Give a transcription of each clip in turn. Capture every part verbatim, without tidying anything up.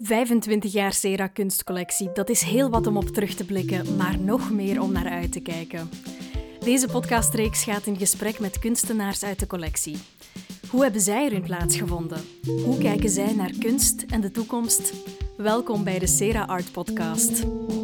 vijfentwintig jaar Sera kunstcollectie, dat is heel wat om op terug te blikken, maar nog meer om naar uit te kijken. Deze podcastreeks gaat in gesprek met kunstenaars uit de collectie. Hoe hebben zij er hun plaats gevonden? Hoe kijken zij naar kunst en de toekomst? Welkom bij de Sera Art Podcast.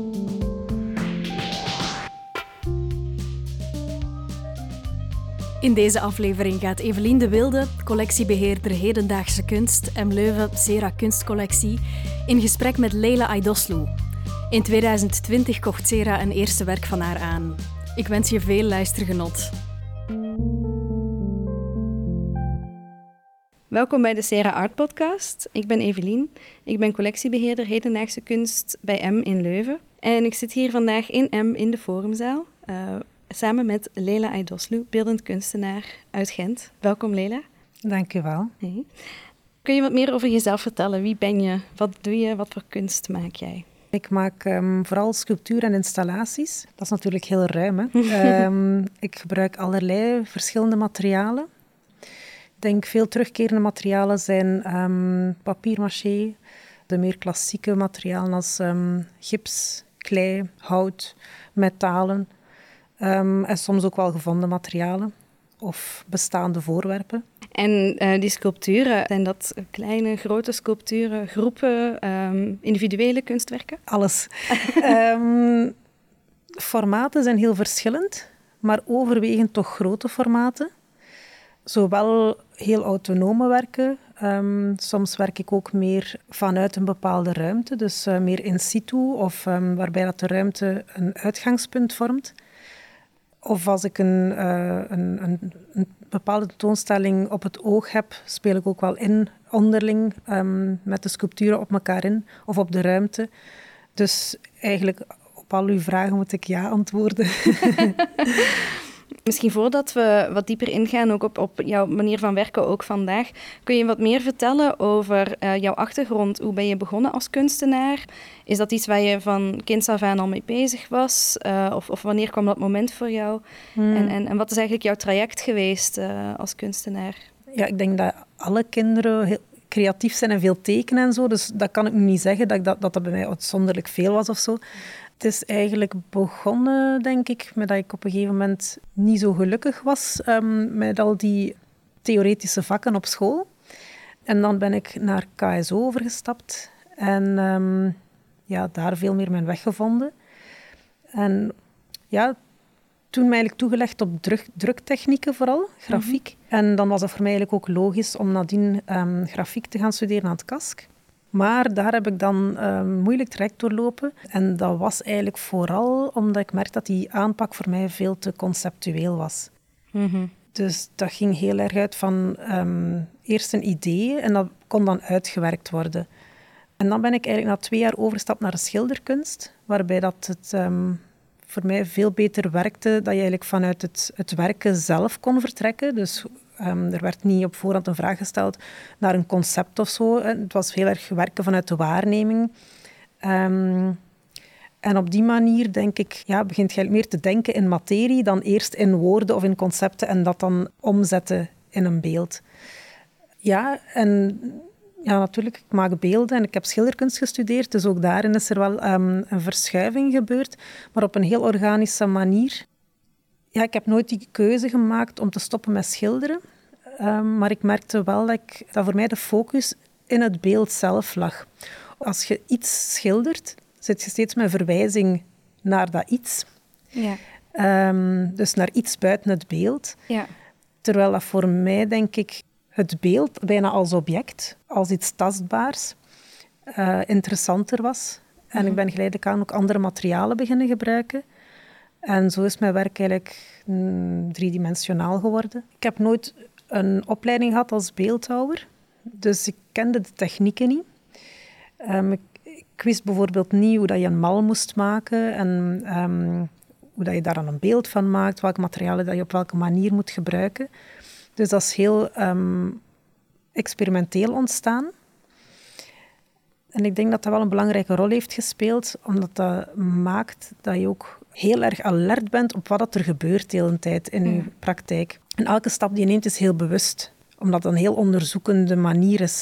In deze aflevering gaat Evelien de Wilde, collectiebeheerder Hedendaagse Kunst, M Leuven Sera Kunstcollectie, in gesprek met Leila Aydoslu. In tweeduizend twintig kocht Sera een eerste werk van haar aan. Ik wens je veel luistergenot. Welkom bij de Sera Art Podcast. Ik ben Evelien. Ik ben collectiebeheerder Hedendaagse Kunst bij M in Leuven. En ik zit hier vandaag in M in de Forumzaal. Uh, Samen met Leila Aydoslu, beeldend kunstenaar uit Gent. Welkom Leila. Dank u wel. Hey. Kun je wat meer over jezelf vertellen? Wie ben je? Wat doe je? Wat voor kunst maak jij? Ik maak um, vooral sculptuur en installaties. Dat is natuurlijk heel ruim. Hè? um, ik gebruik allerlei verschillende materialen. Ik denk veel terugkerende materialen zijn um, papier-mâché, de meer klassieke materialen als um, gips, klei, hout, metalen. Um, en soms ook wel gevonden materialen of bestaande voorwerpen. En uh, die sculpturen, zijn dat kleine, grote sculpturen, groepen, um, individuele kunstwerken? Alles. um, formaten zijn heel verschillend, maar overwegend toch grote formaten. Zowel heel autonome werken. Um, soms werk ik ook meer vanuit een bepaalde ruimte, dus uh, meer in situ of um, waarbij dat de ruimte een uitgangspunt vormt. Of als ik een, uh, een, een, een bepaalde tentoonstelling op het oog heb, speel ik ook wel in, onderling, um, met de sculpturen op elkaar in, of op de ruimte. Dus eigenlijk op al uw vragen moet ik ja antwoorden. Misschien voordat we wat dieper ingaan, ook op, op jouw manier van werken ook vandaag, kun je wat meer vertellen over uh, jouw achtergrond? Hoe ben je begonnen als kunstenaar? Is dat iets waar je van kinds af aan al mee bezig was? Uh, of, of wanneer kwam dat moment voor jou? Hmm. En, en, en wat is eigenlijk jouw traject geweest uh, als kunstenaar? Ja, ik denk dat alle kinderen heel creatief zijn en veel tekenen en zo. Dus dat kan ik nu niet zeggen, dat dat, dat, dat bij mij uitzonderlijk veel was of zo. Het is eigenlijk begonnen, denk ik, met dat ik op een gegeven moment niet zo gelukkig was um, met al die theoretische vakken op school. En dan ben ik naar K S O overgestapt en um, ja, daar veel meer mijn weg gevonden. En ja, toen mij eigenlijk toegelegd op druk, druktechnieken vooral, grafiek. Mm-hmm. En dan was het voor mij eigenlijk ook logisch om nadien um, grafiek te gaan studeren aan het K A S K. Maar daar heb ik dan um, moeilijk traject doorlopen. En dat was eigenlijk vooral omdat ik merkte dat die aanpak voor mij veel te conceptueel was. Mm-hmm. Dus dat ging heel erg uit van um, eerst een idee en dat kon dan uitgewerkt worden. En dan ben ik eigenlijk na twee jaar overgestapt naar de schilderkunst, waarbij dat het um, voor mij veel beter werkte, dat je eigenlijk vanuit het, het werken zelf kon vertrekken. Dus Um, er werd niet op voorhand een vraag gesteld naar een concept of zo. Het was heel erg werken vanuit de waarneming. Um, en op die manier, denk ik, ja, begint je meer te denken in materie dan eerst in woorden of in concepten en dat dan omzetten in een beeld. Ja, en ja, natuurlijk, ik maak beelden en ik heb schilderkunst gestudeerd, dus ook daarin is er wel um, een verschuiving gebeurd, maar op een heel organische manier. Ja, ik heb nooit die keuze gemaakt om te stoppen met schilderen. Um, maar ik merkte wel dat, ik, dat voor mij de focus in het beeld zelf lag. Als je iets schildert, zit je steeds met verwijzing naar dat iets. Ja. Um, dus naar iets buiten het beeld. Ja. Terwijl dat voor mij, denk ik, het beeld bijna als object, als iets tastbaars, uh, interessanter was. En mm-hmm. ik ben geleidelijk aan ook andere materialen beginnen gebruiken. En zo is mijn werk eigenlijk mm, driedimensionaal geworden. Ik heb nooit een opleiding gehad als beeldhouwer, dus ik kende de technieken niet. Um, ik, ik wist bijvoorbeeld niet hoe dat je een mal moest maken en um, hoe dat je daar dan een beeld van maakt, welke materialen dat je op welke manier moet gebruiken. Dus dat is heel um, experimenteel ontstaan. En ik denk dat dat wel een belangrijke rol heeft gespeeld, omdat dat maakt dat je ook heel erg alert bent op wat er gebeurt de hele tijd in je praktijk. En elke stap die je neemt is heel bewust, omdat het een heel onderzoekende manier is.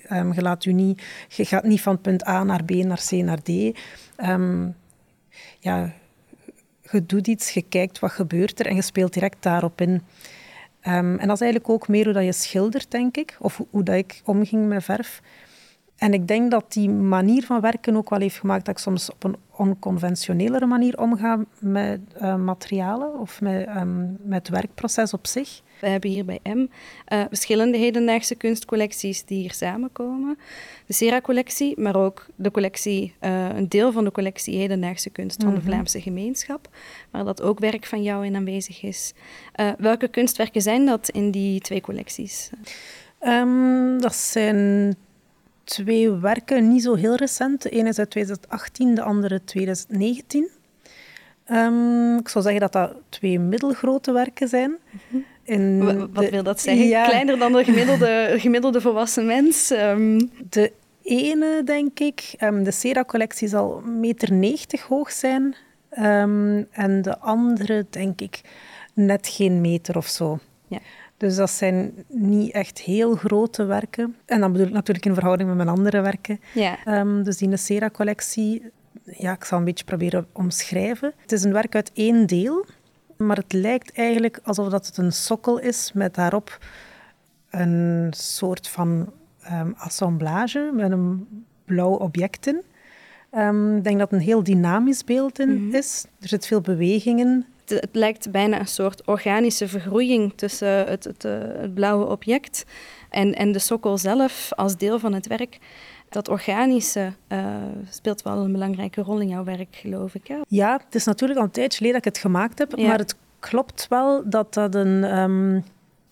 Um, je, laat u niet, je gaat niet van punt A naar B naar C naar D. Um, ja, je doet iets, je kijkt wat gebeurt er en je speelt direct daarop in. Um, en dat is eigenlijk ook meer hoe dat je schildert, denk ik. Of hoe, hoe dat ik omging met verf. En ik denk dat die manier van werken ook wel heeft gemaakt dat ik soms op een onconventionelere manier omga met uh, materialen of met, um, met het werkproces op zich. We hebben hier bij M uh, verschillende hedendaagse kunstcollecties die hier samenkomen. De Sera-collectie, maar ook de collectie, uh, een deel van de collectie hedendaagse kunst van mm-hmm. de Vlaamse gemeenschap, waar dat ook werk van jou in aanwezig is. Uh, welke kunstwerken zijn dat in die twee collecties? Um, dat zijn twee werken, niet zo heel recent. De ene is uit twintig achttien, de andere twintig negentien. Um, ik zou zeggen dat dat twee middelgrote werken zijn. Mm-hmm. De, Wat wil dat zeggen? Ja. Kleiner dan de gemiddelde, gemiddelde volwassen mens? Um. De ene, denk ik, um, de Sera-collectie zal een meter negentig hoog zijn. Um, en de andere, denk ik, net geen meter of zo. Ja. Dus dat zijn niet echt heel grote werken. En dan bedoel ik natuurlijk in verhouding met mijn andere werken. Ja. Um, dus die Sera-collectie, ja, ik zal een beetje proberen omschrijven. Het is een werk uit één deel. Maar het lijkt eigenlijk alsof dat het een sokkel is met daarop een soort van um, assemblage met een blauw object in. Um, ik denk dat het een heel dynamisch beeld in mm-hmm. is. Er zit veel beweging in. Het, het lijkt bijna een soort organische vergroeiing tussen het, het, het blauwe object en, en de sokkel zelf als deel van het werk. Dat organische uh, speelt wel een belangrijke rol in jouw werk, geloof ik. Hè? Ja, het is natuurlijk al een tijdje geleden dat ik het gemaakt heb, ja. maar het klopt wel dat dat een... Um,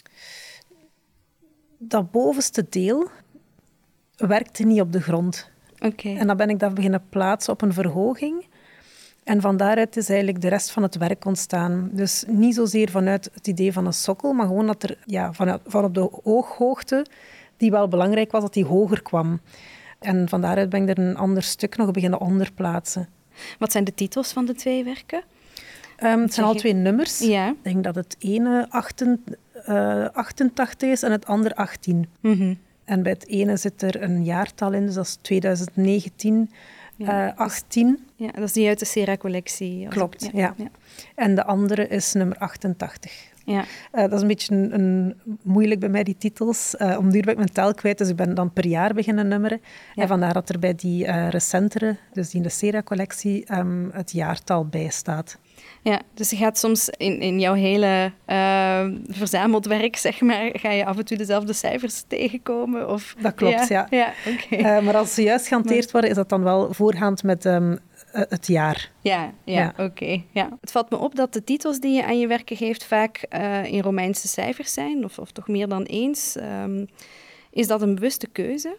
dat bovenste deel werkte niet op de grond. Okay. En dan ben ik dat beginnen plaatsen op een verhoging. En van daaruit is eigenlijk de rest van het werk ontstaan. Dus niet zozeer vanuit het idee van een sokkel, maar gewoon dat er ja, van, van op de ooghoogte, die wel belangrijk was, dat die hoger kwam. En van daaruit ben ik er een ander stuk nog beginnen onderplaatsen. Wat zijn de titels van de twee werken? Um, het zijn al twee nummers. Ja. Ik denk dat het ene achtentachtig is en het andere achttien. Mm-hmm. En bij het ene zit er een jaartal in, dus dat is twintig negentien, ja, uh, achttien. Ja, dat is die uit de Sera-collectie. Klopt, ja, ja. ja. En de andere is nummer achtentachtig. Ja. Uh, dat is een beetje een, een, moeilijk bij mij, die titels. Uh, om duur ben ik mijn tel kwijt, dus ik ben dan per jaar beginnen nummeren. Ja. En vandaar dat er bij die uh, recentere, dus die in de Sera-collectie, um, het jaartal bij staat. Ja, dus je gaat soms in, in jouw hele uh, verzameld werk, zeg maar, ga je af en toe dezelfde cijfers tegenkomen? Of... Dat klopt, ja. ja. ja okay. uh, maar als ze juist gehanteerd worden, is dat dan wel voorgaand met um, het jaar. Ja, ja, ja. oké. Okay, ja. Het valt me op dat de titels die je aan je werken geeft vaak uh, in Romeinse cijfers zijn, of, of toch meer dan eens. Um, is dat een bewuste keuze?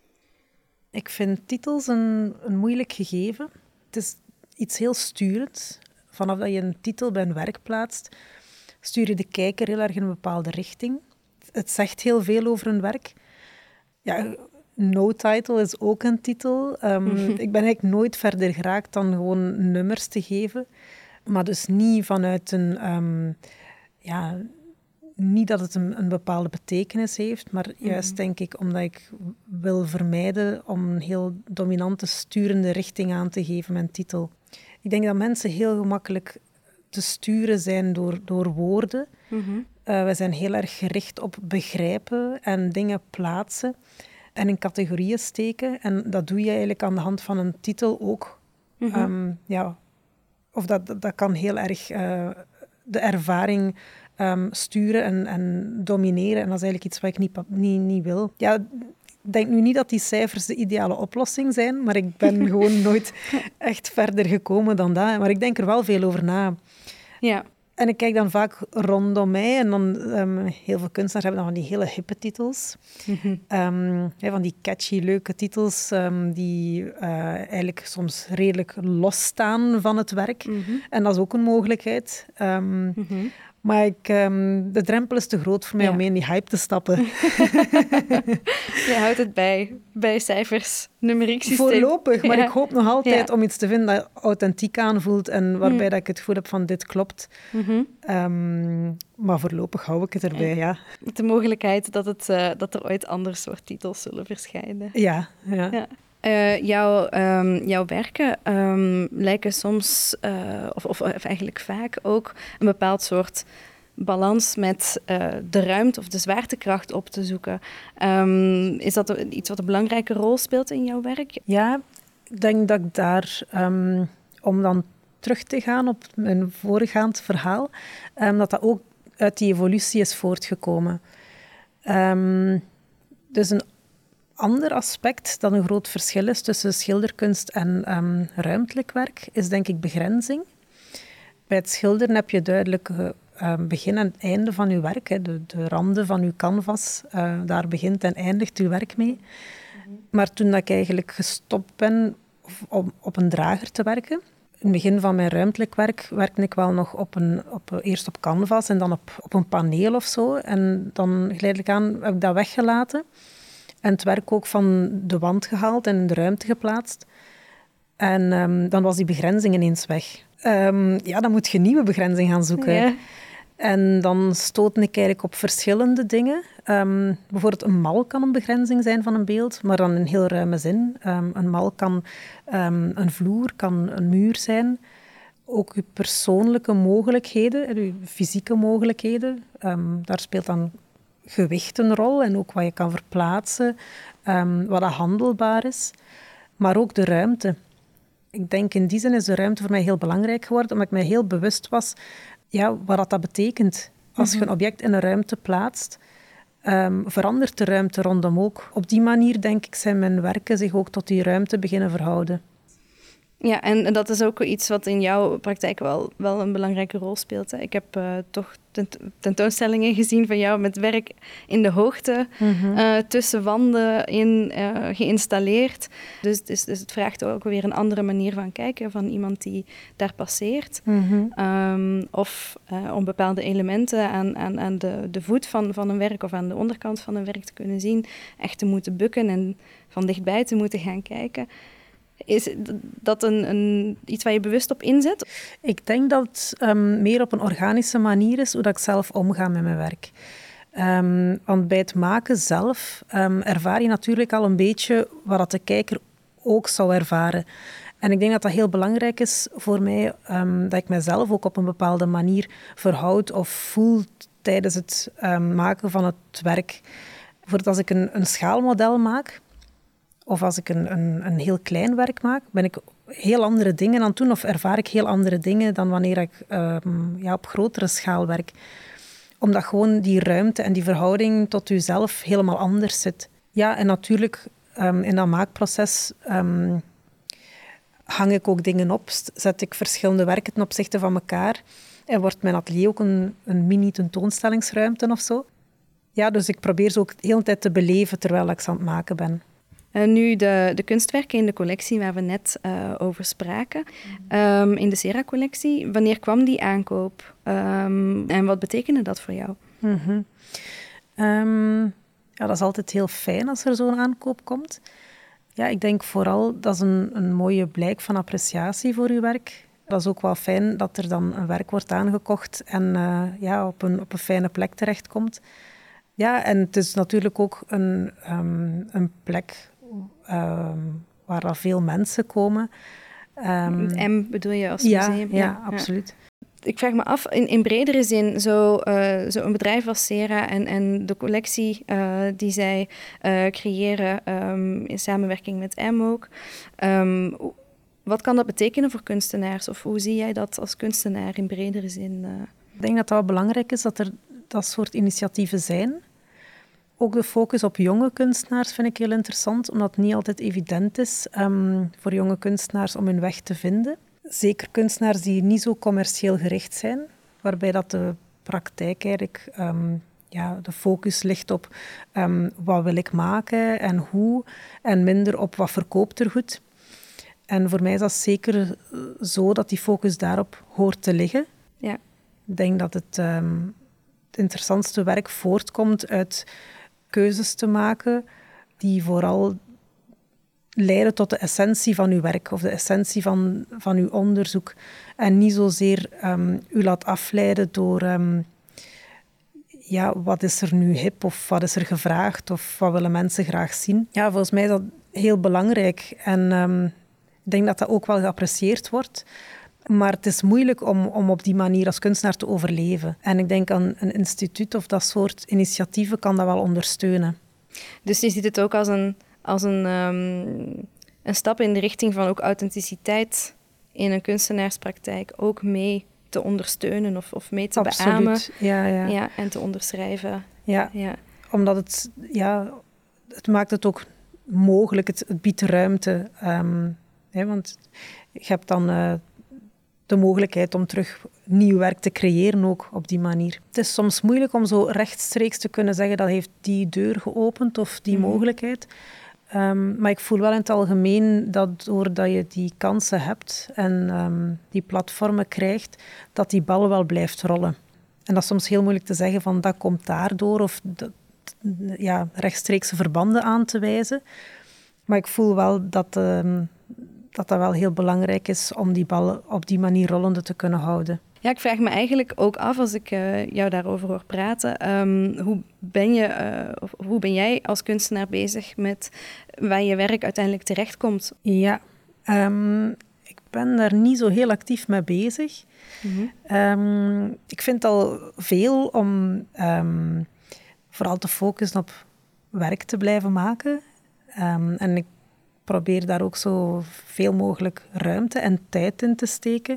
Ik vind titels een, een moeilijk gegeven. Het is iets heel sturends. Vanaf dat je een titel bij een werk plaatst, stuur je de kijker heel erg in een bepaalde richting. Het zegt heel veel over een werk. Ja, no title is ook een titel. Um, mm-hmm. Ik ben eigenlijk nooit verder geraakt dan gewoon nummers te geven. Maar dus niet vanuit een... Um, ja, niet dat het een, een bepaalde betekenis heeft, maar juist mm-hmm. denk ik omdat ik wil vermijden om een heel dominante, sturende richting aan te geven met een titel. Ik denk dat mensen heel gemakkelijk te sturen zijn door, door woorden. Mm-hmm. Uh, we zijn heel erg gericht op begrijpen en dingen plaatsen en in categorieën steken. En dat doe je eigenlijk aan de hand van een titel ook. Mm-hmm. Um, ja, of dat, dat, dat kan heel erg uh, de ervaring um, sturen en, en domineren. En dat is eigenlijk iets wat ik niet, niet, niet wil. Ja, ik denk nu niet dat die cijfers de ideale oplossing zijn, maar ik ben gewoon nooit echt verder gekomen dan dat. Maar ik denk er wel veel over na. Ja. En ik kijk dan vaak rondom mij en dan um, heel veel kunstenaars hebben dan van die hele hippe titels. Mm-hmm. Um, ja, van die catchy, leuke titels um, die uh, eigenlijk soms redelijk losstaan van het werk. Mm-hmm. En dat is ook een mogelijkheid. Um, mm-hmm. Maar ik, um, de drempel is te groot voor mij ja. om mee in die hype te stappen. Je houdt het bij, bij cijfers, numeriek systeem. Voorlopig, maar ja. ik hoop nog altijd ja. om iets te vinden dat authentiek aanvoelt en waarbij mm. dat ik het gevoel heb van dit klopt. Mm-hmm. Um, maar voorlopig hou ik het erbij, ja. ja. De mogelijkheid dat, het, uh, dat er ooit ander soort titels zullen verschijnen. Ja, ja. ja. Uh, jouw, um, jouw werken um, lijken soms, uh, of, of, of eigenlijk vaak ook, een bepaald soort balans met uh, de ruimte of de zwaartekracht op te zoeken. Um, is dat iets wat een belangrijke rol speelt in jouw werk? Ja, ik denk dat ik daar, um, om dan terug te gaan op mijn voorgaand verhaal, um, dat dat ook uit die evolutie is voortgekomen. Um, dus een ander aspect dat een groot verschil is tussen schilderkunst en um, ruimtelijk werk, is denk ik begrenzing. Bij het schilderen heb je duidelijk uh, begin en einde van je werk. Hè. De, de randen van je canvas, uh, daar begint en eindigt je werk mee. Mm-hmm. Maar toen dat ik eigenlijk gestopt ben om op een drager te werken, in het begin van mijn ruimtelijk werk werkte ik wel nog op een, op, eerst op canvas en dan op, op een paneel of zo. En dan geleidelijk aan heb ik dat weggelaten. En het werk ook van de wand gehaald en in de ruimte geplaatst. En um, dan was die begrenzing ineens weg. Um, ja, dan moet je een nieuwe begrenzing gaan zoeken. Ja. En dan stootte ik eigenlijk op verschillende dingen. Um, bijvoorbeeld een mal kan een begrenzing zijn van een beeld, maar dan in heel ruime zin. Um, een mal kan um, een vloer, kan een muur zijn. Ook je persoonlijke mogelijkheden, je fysieke mogelijkheden. Um, daar speelt dan gewicht een rol en ook wat je kan verplaatsen, um, wat dat handelbaar is. Maar ook de ruimte. Ik denk in die zin is de ruimte voor mij heel belangrijk geworden, omdat ik mij heel bewust was ja, wat dat, dat betekent. Als mm-hmm. je een object in een ruimte plaatst, um, verandert de ruimte rondom ook. Op die manier, denk ik, zijn mijn werken zich ook tot die ruimte beginnen verhouden. Ja, en dat is ook iets wat in jouw praktijk wel, wel een belangrijke rol speelt. Hè. Ik heb uh, toch tent- tentoonstellingen gezien van jou met werk in de hoogte, mm-hmm. uh, tussen wanden in uh, geïnstalleerd. Dus het, is, dus het vraagt ook weer een andere manier van kijken van iemand die daar passeert. Mm-hmm. Um, of uh, om bepaalde elementen aan, aan, aan de, de voet van, van een werk of aan de onderkant van een werk te kunnen zien, echt te moeten bukken en van dichtbij te moeten gaan kijken. Is dat een, een, iets waar je bewust op inzet? Ik denk dat het um, meer op een organische manier is hoe dat ik zelf omga met mijn werk. Um, want bij het maken zelf um, ervaar je natuurlijk al een beetje wat dat de kijker ook zou ervaren. En ik denk dat dat heel belangrijk is voor mij, um, dat ik mezelf ook op een bepaalde manier verhoud of voel tijdens het um, maken van het werk. Bijvoorbeeld als ik een, een schaalmodel maak, of als ik een, een, een heel klein werk maak, ben ik heel andere dingen aan het doen of ervaar ik heel andere dingen dan wanneer ik um, ja, op grotere schaal werk. Omdat gewoon die ruimte en die verhouding tot jezelf helemaal anders zit. Ja, en natuurlijk um, in dat maakproces um, hang ik ook dingen op, zet ik verschillende werken ten opzichte van elkaar en wordt mijn atelier ook een, een mini-tentoonstellingsruimte of zo. Ja, dus ik probeer ze ook de hele tijd te beleven terwijl ik ze aan het maken ben. Uh, nu, de, de kunstwerken in de collectie waar we net uh, over spraken, um, in de Sera-collectie, wanneer kwam die aankoop? Um, en wat betekende dat voor jou? Mm-hmm. Um, ja, dat is altijd heel fijn als er zo'n aankoop komt. Ja, ik denk vooral dat is een, een mooie blijk van appreciatie voor je werk. Dat is ook wel fijn dat er dan een werk wordt aangekocht en uh, ja, op, een, op een fijne plek terechtkomt. Ja, en het is natuurlijk ook een, um, een plek um, waar er veel mensen komen. Um, M bedoel je als ja, museum? Ja, ja, absoluut. Ik vraag me af, in, in bredere zin, zo, uh, zo een bedrijf als Sera en, en de collectie uh, die zij uh, creëren um, in samenwerking met M ook. Um, wat kan dat betekenen voor kunstenaars? Of hoe zie jij dat als kunstenaar in bredere zin? Uh? Ik denk dat het wel belangrijk is dat er dat soort initiatieven zijn. Ook de focus op jonge kunstenaars vind ik heel interessant, omdat het niet altijd evident is um, voor jonge kunstenaars om hun weg te vinden. Zeker kunstenaars die niet zo commercieel gericht zijn, waarbij dat de praktijk eigenlijk um, ja, de focus ligt op um, wat wil ik maken en hoe, en minder op wat verkoopt er goed. En voor mij is dat zeker zo dat die focus daarop hoort te liggen. Ja. Ik denk dat het, um, het interessantste werk voortkomt uit keuzes te maken die vooral leiden tot de essentie van uw werk of de essentie van, van uw onderzoek. En niet zozeer um, u laat afleiden door um, ja, wat is er nu hip of wat is er gevraagd of wat willen mensen graag zien. Ja, volgens mij is dat heel belangrijk en um, ik denk dat dat ook wel geapprecieerd wordt. Maar het is moeilijk om, om op die manier als kunstenaar te overleven. En ik denk aan een instituut of dat soort initiatieven kan dat wel ondersteunen. Dus je ziet het ook als een, als een, um, een stap in de richting van ook authenticiteit in een kunstenaarspraktijk ook mee te ondersteunen of, of mee te Absoluut. beamen. Ja, ja. Ja, en te onderschrijven. Ja, ja. Omdat het, ja, het maakt het ook mogelijk, het, het biedt ruimte. Um, hè, want je hebt dan uh, de mogelijkheid om terug nieuw werk te creëren ook op die manier. Het is soms moeilijk om zo rechtstreeks te kunnen zeggen dat heeft die deur geopend of die mm. mogelijkheid. Um, maar ik voel wel in het algemeen dat doordat je die kansen hebt en um, die platformen krijgt, dat die bal wel blijft rollen. En dat is soms heel moeilijk te zeggen van dat komt daardoor of dat, ja, rechtstreekse verbanden aan te wijzen. Maar ik voel wel dat, um, dat dat wel heel belangrijk is om die bal op die manier rollende te kunnen houden. Ja, ik vraag me eigenlijk ook af, als ik uh, jou daarover hoor praten, um, hoe ben je, uh, of hoe ben jij als kunstenaar bezig met waar je werk uiteindelijk terechtkomt? Ja, um, ik ben daar niet zo heel actief mee bezig. Mm-hmm. Um, ik vind al veel om um, vooral te focussen op werk te blijven maken. Um, en ik probeer daar ook zo veel mogelijk ruimte en tijd in te steken.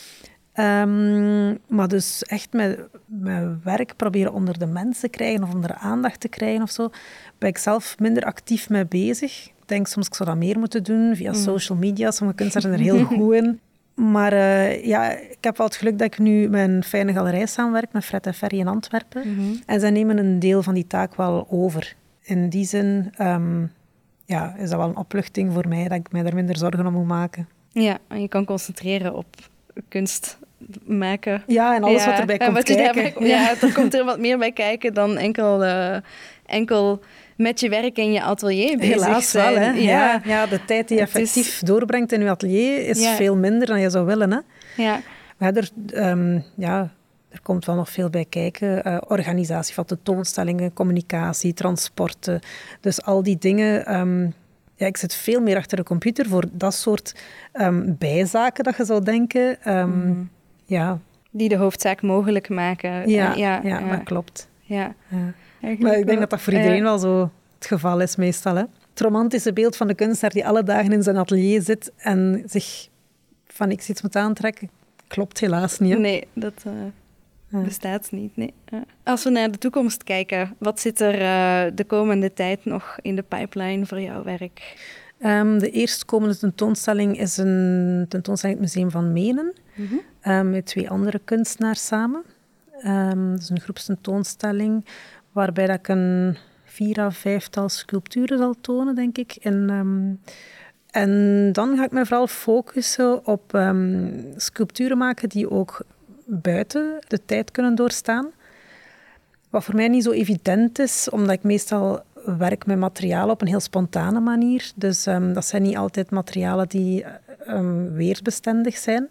Um, maar dus echt met, met werk proberen onder de mensen krijgen of onder de aandacht te krijgen of zo, ben ik zelf minder actief mee bezig. Ik denk soms ik zou dat meer moeten doen via mm. social media. Sommige kunstenaars zijn er heel goed in. Maar uh, ja, ik heb wel het geluk dat ik nu met een fijne galerij samenwerk, met Fred en Ferry in Antwerpen. Mm-hmm. En zij nemen een deel van die taak wel over. In die zin um, ja, is dat wel een opluchting voor mij, dat ik mij daar minder zorgen om moet maken. Ja, en je kan concentreren op kunst maken. Ja, en alles ja, wat erbij komt wat kijken. Daarbij, ja, er komt er wat meer bij kijken dan enkel, uh, enkel met je werk in je atelier bezig Helaas zijn. wel, hè. Ja. Ja, ja, de tijd die je effectief is... doorbrengt in je atelier is ja. veel minder dan je zou willen. Hè. Ja. Maar er, um, ja, er komt wel nog veel bij kijken. Uh, organisatie van tentoonstellingen, communicatie, transporten. Dus al die dingen... Um, Ja, ik zit veel meer achter de computer voor dat soort um, bijzaken dat je zou denken. Um, mm. ja. Die de hoofdzaak mogelijk maken. Ja, uh, ja, ja, uh, dat klopt. Ja. Ja. Maar ik denk dat dat voor iedereen uh, wel zo het geval is meestal. Hè? Het romantische beeld van de kunstenaar die alle dagen in zijn atelier zit en zich van niks iets moet aantrekken, klopt helaas niet. Hè? Nee, dat... Uh... Ja. Bestaat niet, nee. Ja. Als we naar de toekomst kijken, wat zit er uh, de komende tijd nog in de pipeline voor jouw werk? Um, de eerstkomende tentoonstelling is een tentoonstelling in het Museum van Menen, mm-hmm. um, met twee andere kunstenaars samen. Um, dat is een groepstentoonstelling waarbij dat ik een vier à vijftal sculpturen zal tonen, denk ik. En, um, en dan ga ik me vooral focussen op um, sculpturen maken die ook buiten de tijd kunnen doorstaan. Wat voor mij niet zo evident is, omdat ik meestal werk met materialen op een heel spontane manier. Dus um, dat zijn niet altijd materialen die um, weersbestendig zijn.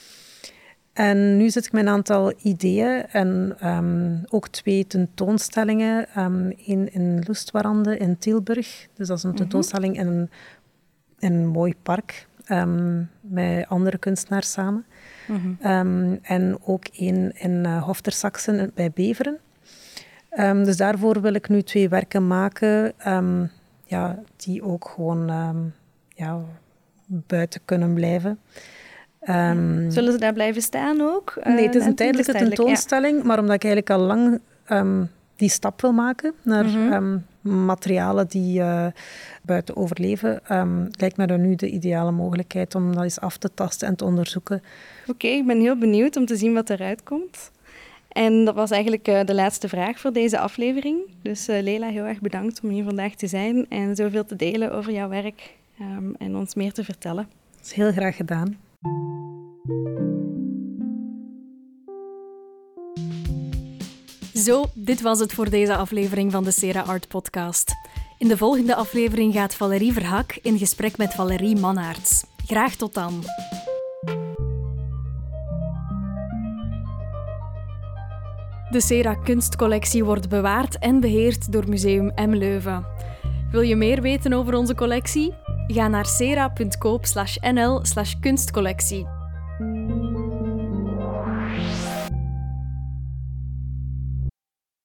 En nu zit ik met een aantal ideeën en um, ook twee tentoonstellingen. Um, Eén in Loestwarande in Tilburg. Dus dat is een tentoonstelling in een, in een mooi park um, met andere kunstenaars samen. Mm-hmm. Um, en ook één in uh, Hoftersaksen bij Beveren. Um, dus daarvoor wil ik nu twee werken maken um, ja, die ook gewoon um, ja, buiten kunnen blijven. Um, Zullen ze daar blijven staan ook? Uh, nee, het is een tijdelijke tentoonstelling, ja. Maar omdat ik eigenlijk al lang um, die stap wil maken naar mm-hmm. um, materialen die uh, buiten overleven, um, lijkt me dan nu de ideale mogelijkheid om dat eens af te tasten en te onderzoeken. Oké, okay, ik ben heel benieuwd om te zien wat eruit komt. En dat was eigenlijk uh, de laatste vraag voor deze aflevering. Dus uh, Leila, heel erg bedankt om hier vandaag te zijn en zoveel te delen over jouw werk um, en ons meer te vertellen. Dat is heel graag gedaan. Zo, dit was het voor deze aflevering van de Sera Art Podcast. In de volgende aflevering gaat Valerie Verhak in gesprek met Valerie Mannaerts. Graag tot dan. De Sera kunstcollectie wordt bewaard en beheerd door Museum M Leuven. Wil je meer weten over onze collectie? Ga naar sera punt coop slash n l slash kunstcollectie.